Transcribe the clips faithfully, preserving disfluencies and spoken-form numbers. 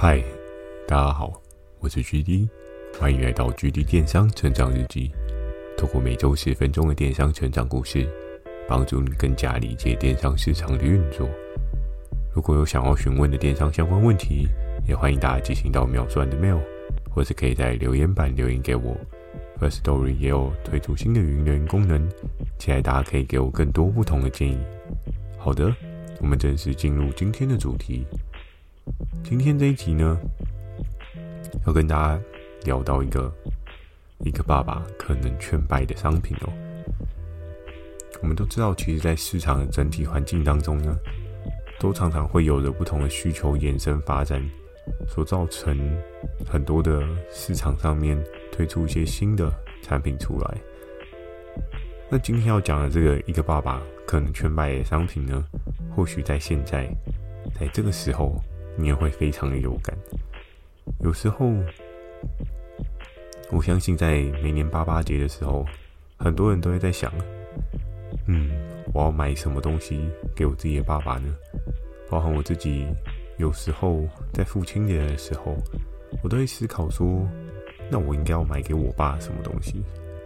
嗨，大家好，我是 G D， 欢迎来到 G D 电商成长日记。透过每周十分钟的电商成长故事，帮助你更加理解电商市场的运作。如果有想要询问的电商相关问题，也欢迎大家寄信到秒算的 mail， 或是可以在留言板留言给我。Firstory 也有推出新的语音留言功能，期待大家可以给我更多不同的建议。好的，我们正式进入今天的主题。今天这一集呢，要跟大家聊到一个一个爸爸可能劝败的商品哦。我们都知道，其实在市场的整体环境当中呢，都常常会有着不同的需求延伸发展，所造成很多的市场上面推出一些新的产品出来。那今天要讲的这个一个爸爸可能劝败的商品呢，或许在现在，在这个时候，你也会非常的有感。有时候，我相信在每年八八节的时候，很多人都会在想，嗯，我要买什么东西给我自己的爸爸呢？包含我自己，有时候在父亲节的时候，我都会思考说，那我应该要买给我爸什么东西？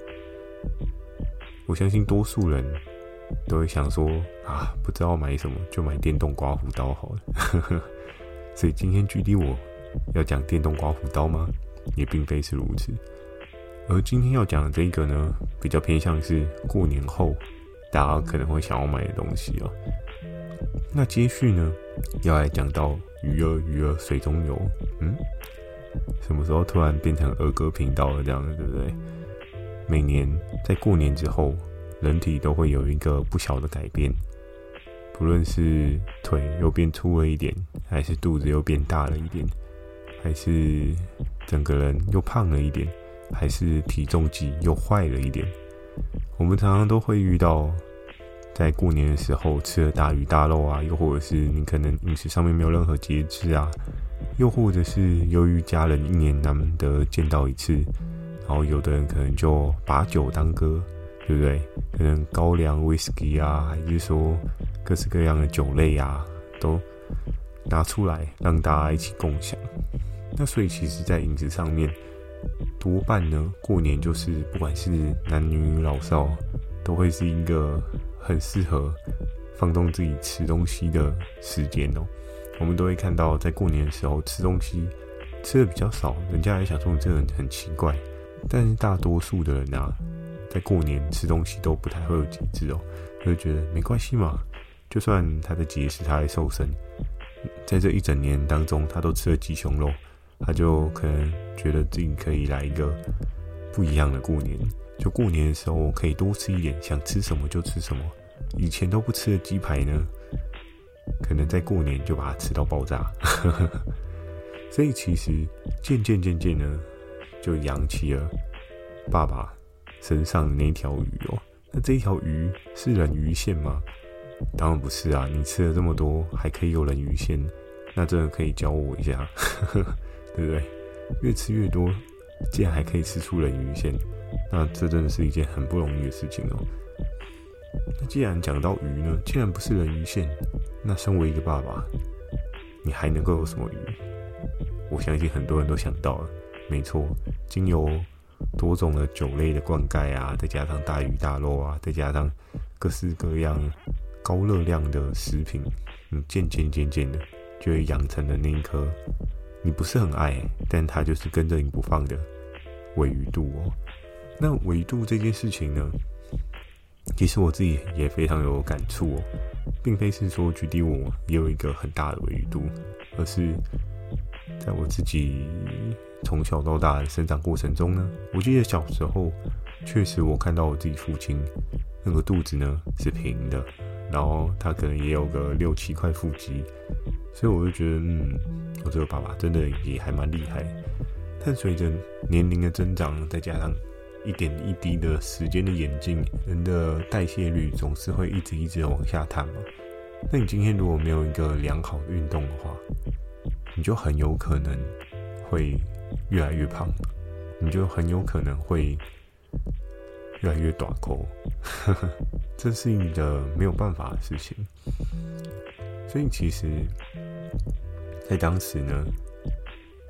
我相信多数人都会想说，啊，不知道买什么，就买电动刮胡刀好了。所以今天距离我要讲电动刮胡刀吗？也并非是如此。而今天要讲的这一个呢，比较偏向是过年后大家可能会想要买的东西哦。那接续呢，要来讲到鱼儿鱼儿水中游。嗯，什么时候突然变成儿歌频道了？这样的，对不对？每年在过年之后，人体都会有一个不小的改变。不论是腿又变粗了一点，还是肚子又变大了一点，还是整个人又胖了一点，还是体重计又坏了一点，我们常常都会遇到，在过年的时候吃了大鱼大肉啊，又或者是你可能饮食上面没有任何节制啊，又或者是由于家人一年难得见到一次，然后有的人可能就把酒当歌，对不对？可能高粱、whisky 啊，还是说各式各样的酒类啊，都拿出来让大家一起共享。那所以其实在饮食上面，多半呢，过年就是不管是男女老少，都会是一个很适合放纵自己吃东西的时间哦。我们都会看到，在过年的时候吃东西吃的比较少，人家还想说你这个人很奇怪。但是大多数的人啊，在过年吃东西都不太会有节制哦，就觉得没关系嘛，就算他在节食，他还瘦身，在这一整年当中，他都吃了鸡胸肉，他就可能觉得自己可以来一个不一样的过年。就过年的时候，我可以多吃一点，想吃什么就吃什么。以前都不吃的鸡排呢，可能在过年就把它吃到爆炸。所以其实渐渐渐渐呢，就养起了爸爸身上的那条鱼哦。那这一条鱼是人鱼线吗？当然不是啊！你吃了这么多，还可以有人鱼线，那真的可以教我一下，对不对？越吃越多，竟然还可以吃出人鱼线，那这真的是一件很不容易的事情哦。那既然讲到鱼呢，既然不是人鱼线，那身为一个爸爸，你还能够有什么鱼？我相信很多人都想到了，没错，经由多种的酒类的灌溉啊，再加上大鱼大肉啊，再加上各式各样高热量的食品，你渐渐渐渐的就会养成了那一颗你不是很爱，但它就是跟着你不放的鲔鱼肚哦。那鲔鱼肚这件事情呢，其实我自己也非常有感触哦，并非是说举例我也有一个很大的鲔鱼肚，而是在我自己从小到大的生长过程中呢，我记得小时候确实我看到我自己父亲那个肚子呢是平的，然后他可能也有个六七块腹肌，所以我就觉得，嗯，我这个爸爸真的也还蛮厉害。但随着年龄的增长，再加上一点一滴的时间的演进，人的代谢率总是会一直一直往下探嘛。那你今天如果没有一个良好的运动的话，你就很有可能会越来越胖，你就很有可能会越来越短扣，这是你的没有办法的事情。所以其实在当时呢，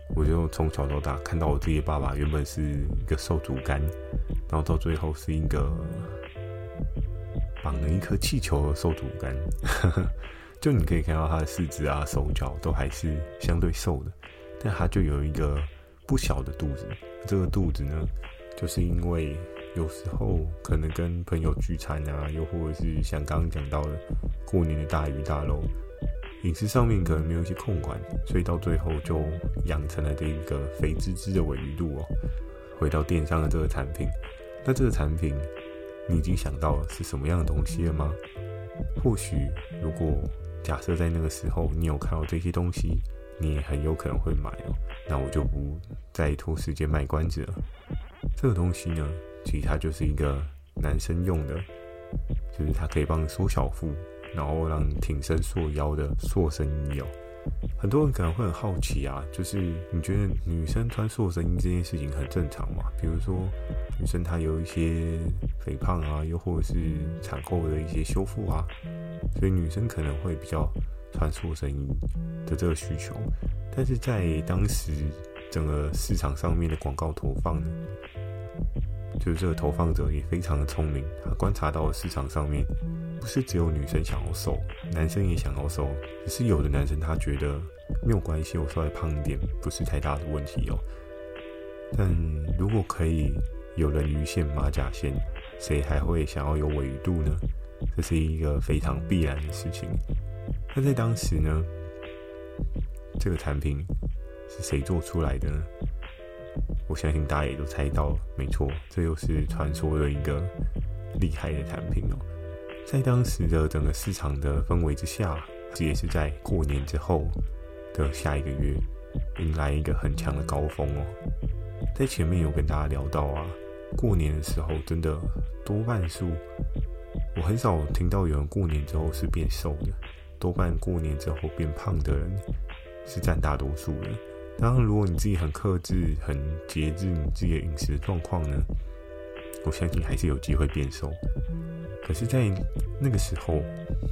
我就从小到大看到我自己的爸爸原本是一个瘦竹竿，然后到最后是一个绑了一颗气球的瘦竹竿。就你可以看到他的四肢啊、手脚都还是相对瘦的，但他就有一个不小的肚子。这个肚子呢，就是因为有时候可能跟朋友聚餐啊，又或者是像刚刚讲到的过年的大鱼大肉，饮食上面可能没有一些控管，所以到最后就养成了这一个肥滋滋的鲔鱼肚哦。回到电商的这个产品，那这个产品你已经想到是什么样的东西了吗？或许如果假设在那个时候你有看到这些东西，你也很有可能会买哦。那我就不再拖时间卖关子了。这个东西呢，其实它就是一个男生用的，就是它可以帮你缩小腹，然后让你挺身缩腰的塑身衣哦。很多人可能会很好奇啊，就是你觉得女生穿塑身衣这件事情很正常吗？比如说女生她有一些肥胖啊，又或者是产后的一些修复啊，所以女生可能会比较穿塑身衣的这个需求。但是在当时整个市场上面的广告投放呢，就是这个投放者也非常的聪明，他观察到市场上面不是只有女生想要瘦，男生也想要瘦，只是有的男生他觉得没有关系，我稍微胖一点不是太大的问题哦。但如果可以有人鱼线、马甲线，谁还会想要有鲔鱼肚呢？这是一个非常必然的事情。那在当时呢，这个产品是谁做出来的呢？我相信大家也都猜到了，没错，这又是传说的一个厉害的产品哦。在当时的整个市场的氛围之下，这也是在过年之后的下一个月，迎来一个很强的高峰哦。在前面有跟大家聊到啊，过年的时候真的多半数，我很少听到有人过年之后是变瘦的，多半过年之后变胖的人是占大多数的。当然，如果你自己很克制、很节制你自己的饮食状况呢，我相信还是有机会变瘦。可是，在那个时候，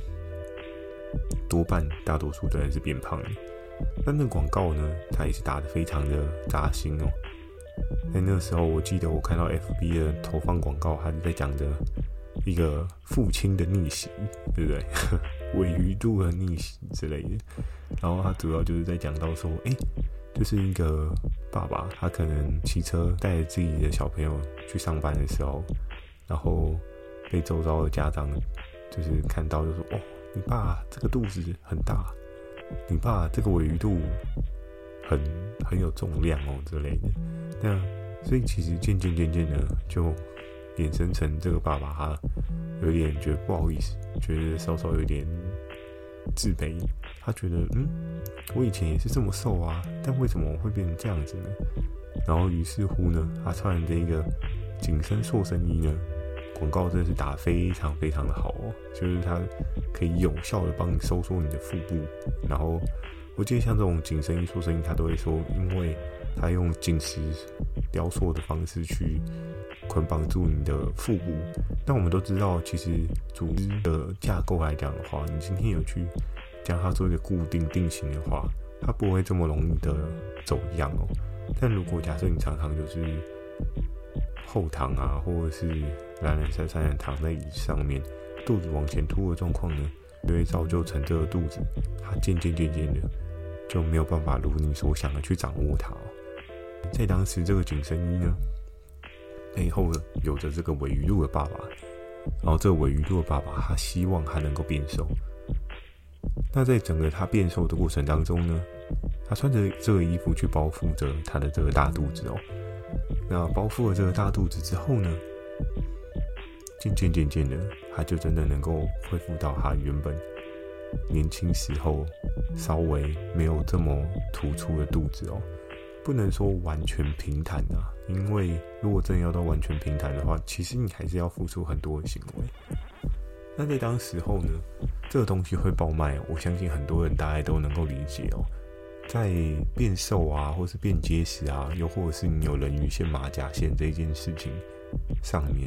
多半大多数的人是变胖的。但那广告呢，它也是打得非常的扎心哦。在那个时候，我记得我看到 F B 的投放广告，它是在讲的一个父亲的逆袭，对不对？鲔鱼肚的逆袭之类的。然后它主要就是在讲到说，哎、欸。就是一个爸爸，他可能骑车带着自己的小朋友去上班的时候，然后被周遭的家长就是看到就说，哦，你爸这个肚子很大，你爸这个鲔鱼肚很很有重量哦之类的。那所以其实渐渐渐渐的就衍生成这个爸爸他有点觉得不好意思，觉得稍稍有点自卑。他觉得，嗯，我以前也是这么瘦啊，但为什么我会变成这样子呢？然后于是乎呢，他穿的这个紧身塑身衣呢，广告真的是打得非常非常的好哦，就是它可以有效的帮你收缩你的腹部。然后我记得像这种紧身衣、塑身衣，他都会说，因为他用紧实雕塑的方式去捆绑住你的腹部。但我们都知道，其实组织的架构来讲的话，你今天有去将它做一个固定定型的话，它不会这么容易的走样哦。但如果假设你常常就是后躺啊，或者是懒懒散散的躺在椅子上面，肚子往前凸的状况呢，就会造就成这个肚子，它渐渐渐渐的就没有办法如你所想的去掌握它哦。在当时这个紧身衣呢，背后有着这个鲔鱼肚的爸爸，然后这个鲔鱼肚的爸爸，他希望他能够变瘦。那在整个他变瘦的过程当中呢，他穿着这个衣服去包覆着他的这个大肚子哦。那包覆了这个大肚子之后呢，渐渐渐渐的，他就真的能够恢复到他原本年轻时候稍微没有这么突出的肚子哦。不能说完全平坦啊，因为如果真的要到完全平坦的话，其实你还是要付出很多的行为。那在当时候呢，这个东西会爆卖，我相信很多人大概都能够理解哦。在变瘦啊，或是变结实啊，又或者是你有人鱼线、马甲线这件事情上面，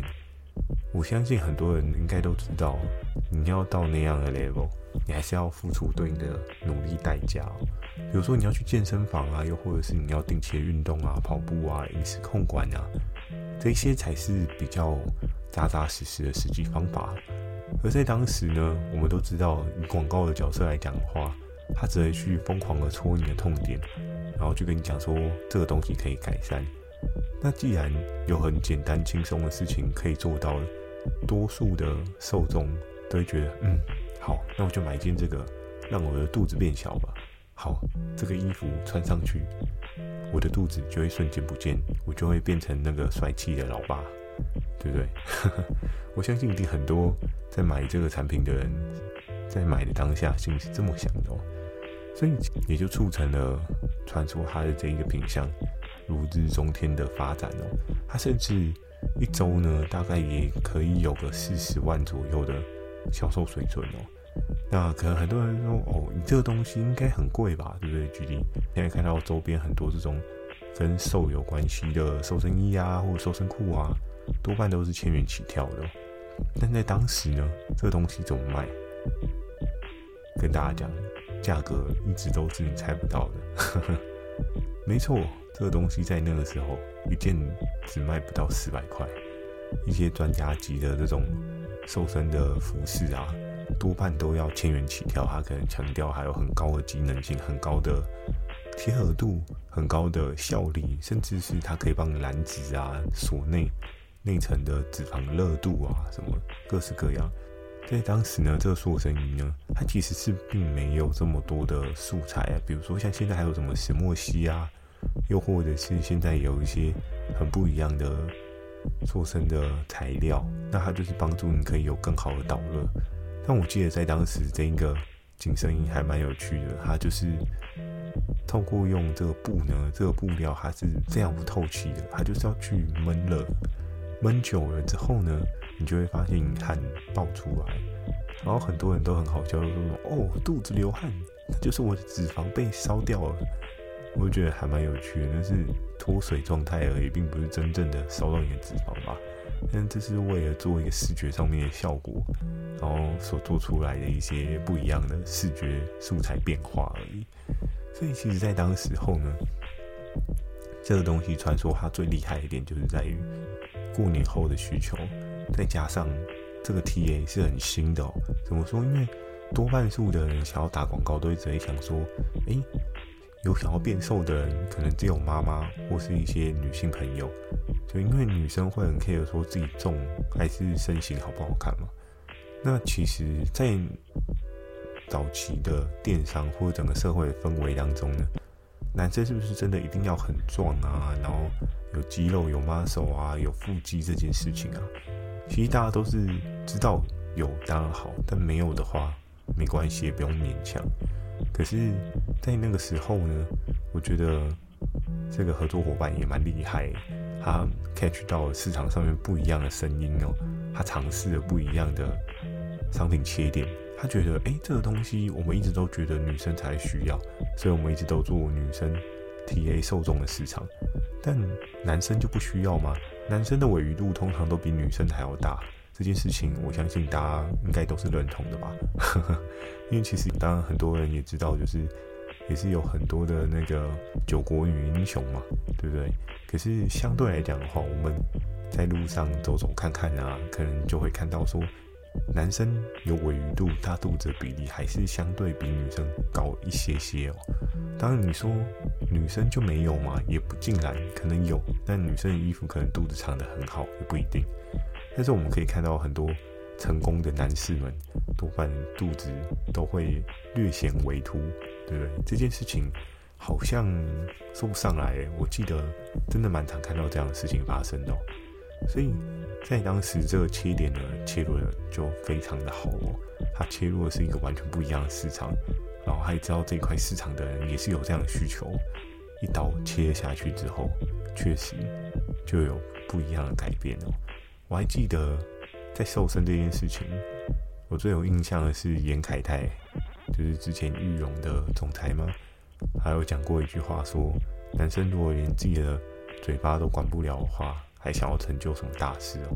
我相信很多人应该都知道，你要到那样的 level， 你还是要付出对应的努力代价哦。比如说你要去健身房啊，又或者是你要定期的运动啊、跑步啊、饮食控管啊，这些才是比较扎扎实实的实际方法。而在当时呢，我们都知道，以广告的角色来讲的话，他只会去疯狂的戳你的痛点，然后就跟你讲说这个东西可以改善。那既然有很简单轻松的事情可以做到了，多数的受众都会觉得，嗯，好，那我就买一件这个，让我的肚子变小吧。好，这个衣服穿上去，我的肚子就会瞬间不见，我就会变成那个帅气的老爸，对不对？我相信一定很多在买这个产品的人，在买的当下心里是这么想的哦，所以也就促成了传说它的这一个品项如日中天的发展哦。它甚至一周呢，大概也可以有个四十万左右的销售水准哦。那可能很多人说，哦，你这个东西应该很贵吧，对不对？举例，现在看到周边很多这种跟瘦有关系的瘦身衣啊，或者瘦身裤啊，多半都是千元起跳的哦。但在当时呢，这个东西怎么卖？跟大家讲，价格一直都是你猜不到的。没错，这个东西在那个时候一件只卖不到四百块。一些专家级的这种瘦身的服饰啊，多半都要千元起跳。它可能强调还有很高的机能性、很高的贴合度、很高的效力，甚至是它可以帮燃脂啊、锁内内层的脂肪热度啊，什么各式各样。在当时呢，这个塑身衣呢，它其实是并没有这么多的素材啊，比如说像现在还有什么石墨烯啊，又或者是现在有一些很不一样的塑身的材料，那它就是帮助你可以有更好的导热。但我记得在当时这一个紧身衣还蛮有趣的，它就是透过用这个布呢，这个布料它是非常不透气的，它就是要去闷热，闷久了之后呢，你就会发现汗爆出来，然后很多人都很好笑，就说哦，肚子流汗，那就是我的脂肪被烧掉了。我觉得还蛮有趣的，那是脱水状态而已，并不是真正的烧到你的脂肪吧。但这是为了做一个视觉上面的效果，然后所做出来的一些不一样的视觉素材变化而已。所以其实在当时候呢，这个东西传说它最厉害的一点就是在于过年后的需求，再加上这个 T A 是很新的哦。怎么说？因为多半数的人想要打广告，都会直接想说，诶，有想要变瘦的人，可能只有妈妈或是一些女性朋友，就因为女生会很 care 说自己重还是身形好不好看嘛。那其实，在早期的电商或者整个社会的氛围当中呢，男生是不是真的一定要很壮啊，然后有肌肉、有 muscle 啊、有腹肌这件事情啊？其实大家都是知道有当然好，但没有的话没关系，也不用勉强。可是，在那个时候呢，我觉得这个合作伙伴也蛮厉害，他 catch 到了市场上面不一样的声音哦，他尝试了不一样的商品切点。他觉得，哎，这个东西我们一直都觉得女生才需要，所以我们一直都做女生 T A 受众的市场。但男生就不需要吗？男生的尾鱼度通常都比女生还要大，这件事情我相信大家应该都是认同的吧。因为其实当然很多人也知道，就是也是有很多的那个九国女英雄嘛，对不对？可是相对来讲的话，我们在路上走走看看啊，可能就会看到说，男生有尾鱼度、大肚子的比例还是相对比女生高一些些哦。当然你说女生就没有嘛，也不尽然，可能有，但女生的衣服可能肚子藏得很好，也不一定。但是我们可以看到很多成功的男士们，多半肚子都会略显微凸，对不对？这件事情好像说不上来，我记得真的蛮常看到这样的事情发生的哦。所以在当时这个切点呢，切入的就非常的好哦。它切入的是一个完全不一样的市场，然后还知道这一块市场的人也是有这样的需求，一刀切下去之后，确实就有不一样的改变哦。我还记得在瘦身这件事情，我最有印象的是严凯泰，就是之前玉龙的总裁嘛，还有讲过一句话说，男生如果连自己的嘴巴都管不了的话，还想要成就什么大事哦？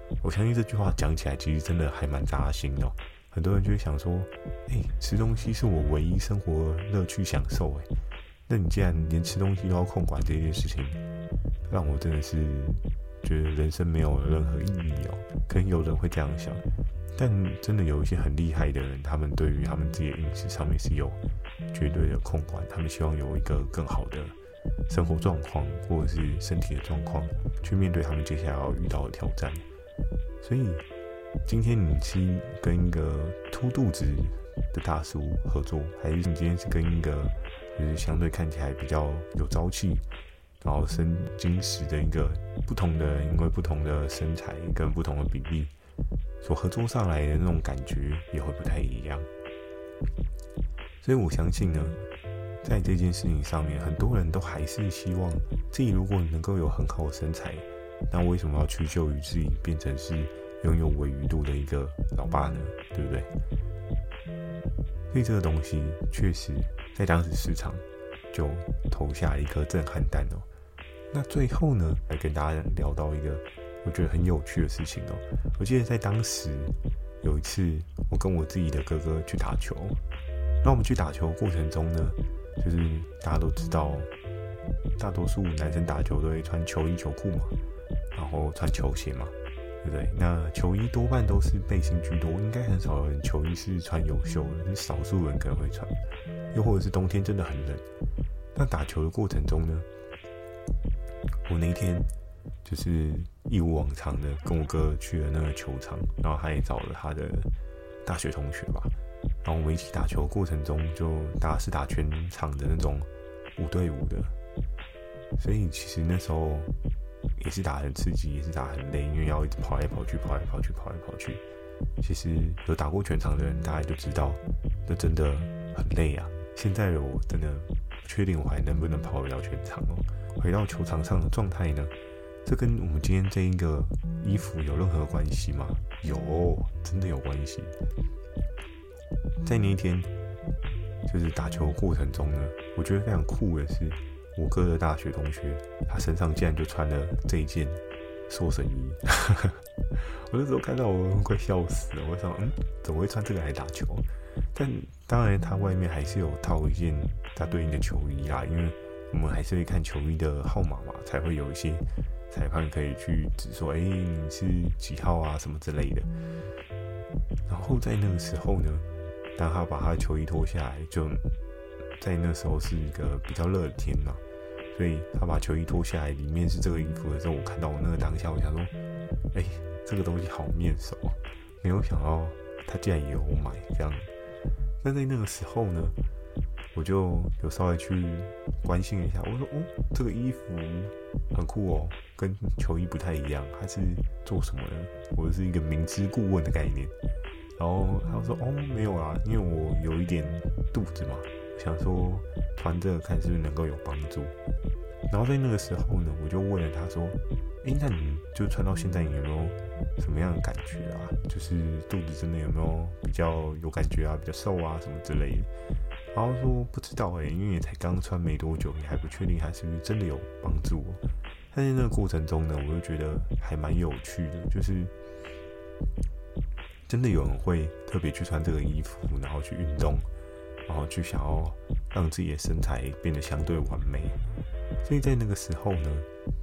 我相信这句话讲起来其实真的还蛮扎心的、哦。很多人就会想说，哎、欸，吃东西是我唯一生活乐趣享受，哎，那你既然连吃东西都要控管这件事情，让我真的是觉得人生没有任何意义哦。可能有人会这样想，但真的有一些很厉害的人，他们对于他们自己的饮食上面是有绝对的控管，他们希望有一个更好的生活状况或者是身体的状况，去面对他们接下来要遇到的挑战。所以今天你是跟一个凸肚子的大叔合作，还是你今天是跟一个就是相对看起来比较有朝气，然后身精实的一个不同的，因为不同的身材跟不同的比例所合作上来的那种感觉也会不太一样。所以我相信呢，在这件事情上面，很多人都还是希望自己如果能够有很好的身材，那为什么要屈就于自己变成是拥有尾鱼肚的一个老爸呢？对不对？所以这个东西确实在当时市场就投下一颗震撼弹哦。那最后呢，来跟大家聊到一个我觉得很有趣的事情哦。我记得在当时有一次，我跟我自己的哥哥去打球，那我们去打球的过程中呢，就是大家都知道，大多数男生打球都会穿球衣球裤嘛，然后穿球鞋嘛，对不对？那球衣多半都是背心居多，应该很少有人球衣是穿有袖的，是少数人可能会穿，又或者是冬天真的很冷。那打球的过程中呢，我那天就是一如往常的跟我哥去了那个球场，然后他也找了他的大学同学吧，然后我们一起打球的过程中，就打是打全场的那种五对五的，所以其实那时候也是打很刺激，也是打很累，因为要一直跑来跑去，跑来跑去，跑来跑去。其实有打过全场的人，大家就知道，那真的很累啊。现在的我真的不确定我还能不能跑得了全场哦。回到球场上的状态呢，这跟我们今天这一个衣服有任何关系吗？有，真的有关系。在那一天就是打球的过程中呢，我觉得非常酷的是，我哥的大学同学，他身上竟然就穿了这一件塑身衣。我那时候看到我快笑死了，我想，嗯，怎么会穿这个来打球？但当然，他外面还是有套一件他对应的球衣啦，因为我们还是会看球衣的号码嘛，才会有一些裁判可以去指说，哎、欸，你是几号啊，什么之类的。然后在那个时候呢，当他把他的球衣脱下来，就在那时候是一个比较热的天嘛，所以他把球衣脱下来，里面是这个衣服的时候，我看到我那个当下，我想说，哎、欸，这个东西好面熟啊，没有想到他竟然也有买这样。那在那个时候呢，我就有稍微去关心一下，我说，哦，这个衣服很酷哦，跟球衣不太一样，它是做什么的？我是一个明知故问的概念。然后他说，哦，没有啦，因为我有一点肚子嘛，想说穿这个看是不是能够有帮助。然后在那个时候呢，我就问了他说，诶，那你就穿到现在，你有没有什么样的感觉啊？就是肚子真的有没有比较有感觉啊，比较瘦啊什么之类的？然后说不知道诶，因为也才刚穿没多久，也还不确定它是不是真的有帮助哦。但是那个过程中呢，我就觉得还蛮有趣的，就是真的有人会特别去穿这个衣服，然后去运动，然后去想要让自己的身材变得相对完美。所以在那个时候呢，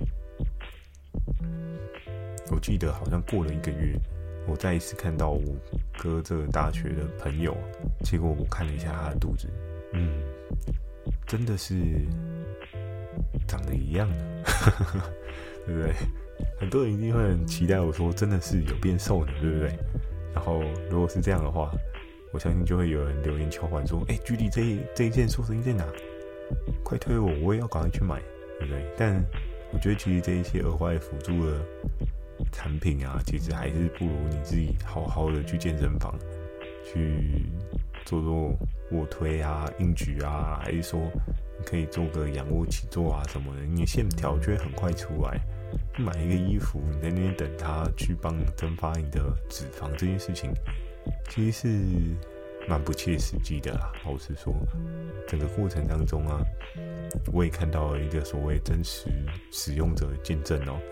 我记得好像过了一个月，我再一次看到我哥这个大学的朋友，结果我看了一下他的肚子，嗯，真的是长得一样的，对不对？很多人一定会很期待我说真的是有变瘦的，对不对？然后如果是这样的话，我相信就会有人留言敲碗说，哎、欸，距离这一这一件塑身衣在哪？快推我，我也要赶快去买，对不对？但我觉得其实这一些额外辅助的产品啊，其实还是不如你自己好好的去健身房去做做卧推啊、硬举啊，还是说你可以做个仰卧起坐啊什么的，你的线条就会很快出来。买一个衣服，你在那边等它去帮你蒸发你的脂肪，这件事情其实是蛮不切实际的啦。老实说，整个过程当中啊，我也看到了一个所谓真实使用者的见证哦。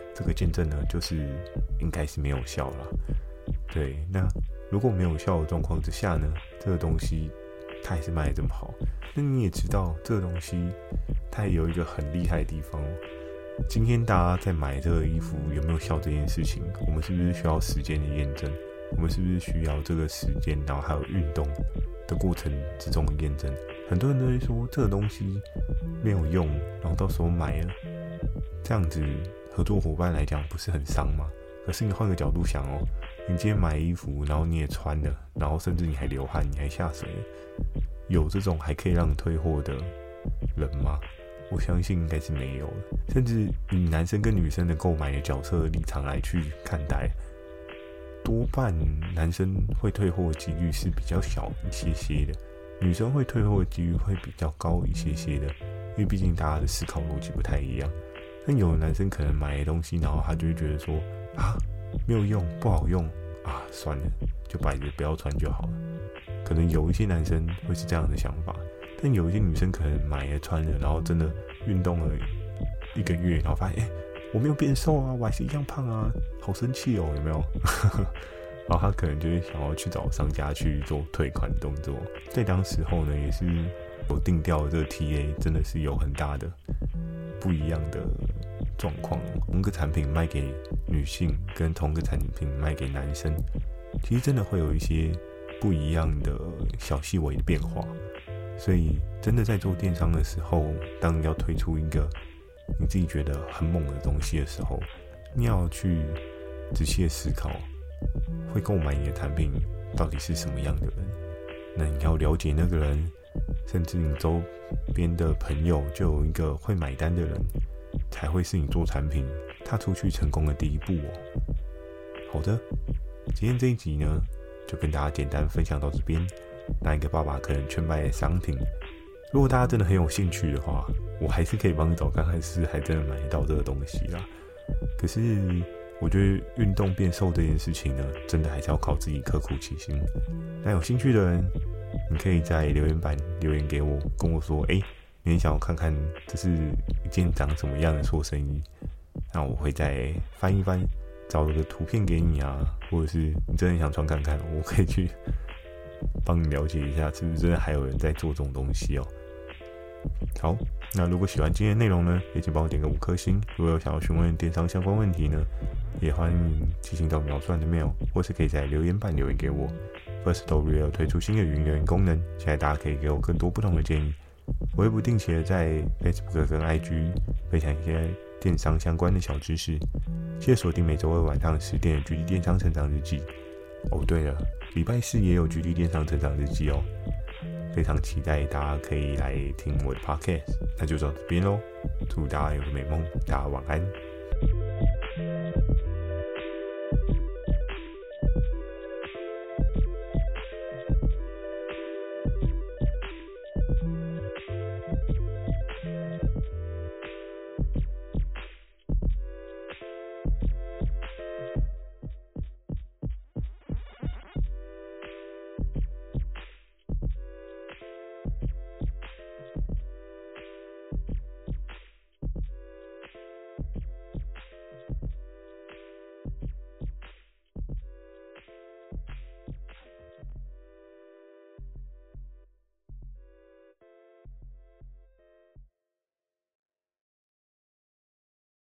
这个见证呢，就是应该是没有效啦。对，那如果没有效的状况之下呢，这个东西它还是卖得这么好，那你也知道这个东西它也有一个很厉害的地方。今天大家在买这个衣服有没有效这件事情，我们是不是需要时间的验证？我们是不是需要这个时间，然后还有运动的过程之中的验证？很多人都会说这个东西没有用，然后到时候买了，这样子合作伙伴来讲不是很伤吗？可是你换个角度想哦，你今天买衣服，然后你也穿了，然后甚至你还流汗，你还下水了，有这种还可以让你退货的人吗？我相信应该是没有了。甚至以男生跟女生的购买的角色的立场来去看待，多半男生会退货的几率是比较小一些些的，女生会退货的几率会比较高一些些的，因为毕竟大家的思考逻辑不太一样。但有的男生可能买的东西，然后他就会觉得说啊，没有用，不好用啊，算了，就摆着不要穿就好了。可能有一些男生会是这样的想法，但有一些女生可能买了穿了，然后真的运动了一个月，然后发现哎、欸，我没有变瘦啊，我还是一样胖啊，好生气哦，有没有？然后他可能就会想要去找商家去做退款动作。在当时候呢，也是我定调的这个 T A 真的是有很大的不一样的状况。同个产品卖给女性跟同个产品卖给男生，其实真的会有一些不一样的小细微的变化。所以真的在做电商的时候，当你要推出一个你自己觉得很猛的东西的时候，你要去仔细的思考，会购买你的产品到底是什么样的人。那你要了解那个人，甚至你周边的朋友就有一个会买单的人，才会是你做产品踏出去成功的第一步哦。好的，今天这一集呢，就跟大家简单分享到这边。那一个爸爸可能全买的商品，如果大家真的很有兴趣的话，我还是可以帮你找看看是还真的买得到这个东西啦。可是我觉得运动变瘦这件事情呢，真的还是要靠自己刻苦其心。那有兴趣的人，你可以在留言板留言给我，跟我说，哎、欸，你很想要看看这是一件长什么样的塑身衣，那我会再翻一翻，找个图片给你啊，或者是你真的想穿看看，我可以去帮你了解一下，是不是真的还有人在做这种东西哦。好，那如果喜欢今天的内容呢，也请帮我点个五颗星。如果有想要询问电商相关问题呢，也欢迎寄信到描述栏的 mail， 或是可以在留言板留言给我。Firstory 有推出新的语音留言功能，现在大家可以给我更多不同的建议。我会不定期的在 Facebook 跟 I G 分享一些电商相关的小知识，记得锁定每周二晚上十点的局地电商成长日记。哦，对了，礼拜四也有局地电商成长日记哦，非常期待大家可以来听我的 podcast。那就到这边咯，祝大家有个美梦，大家晚安。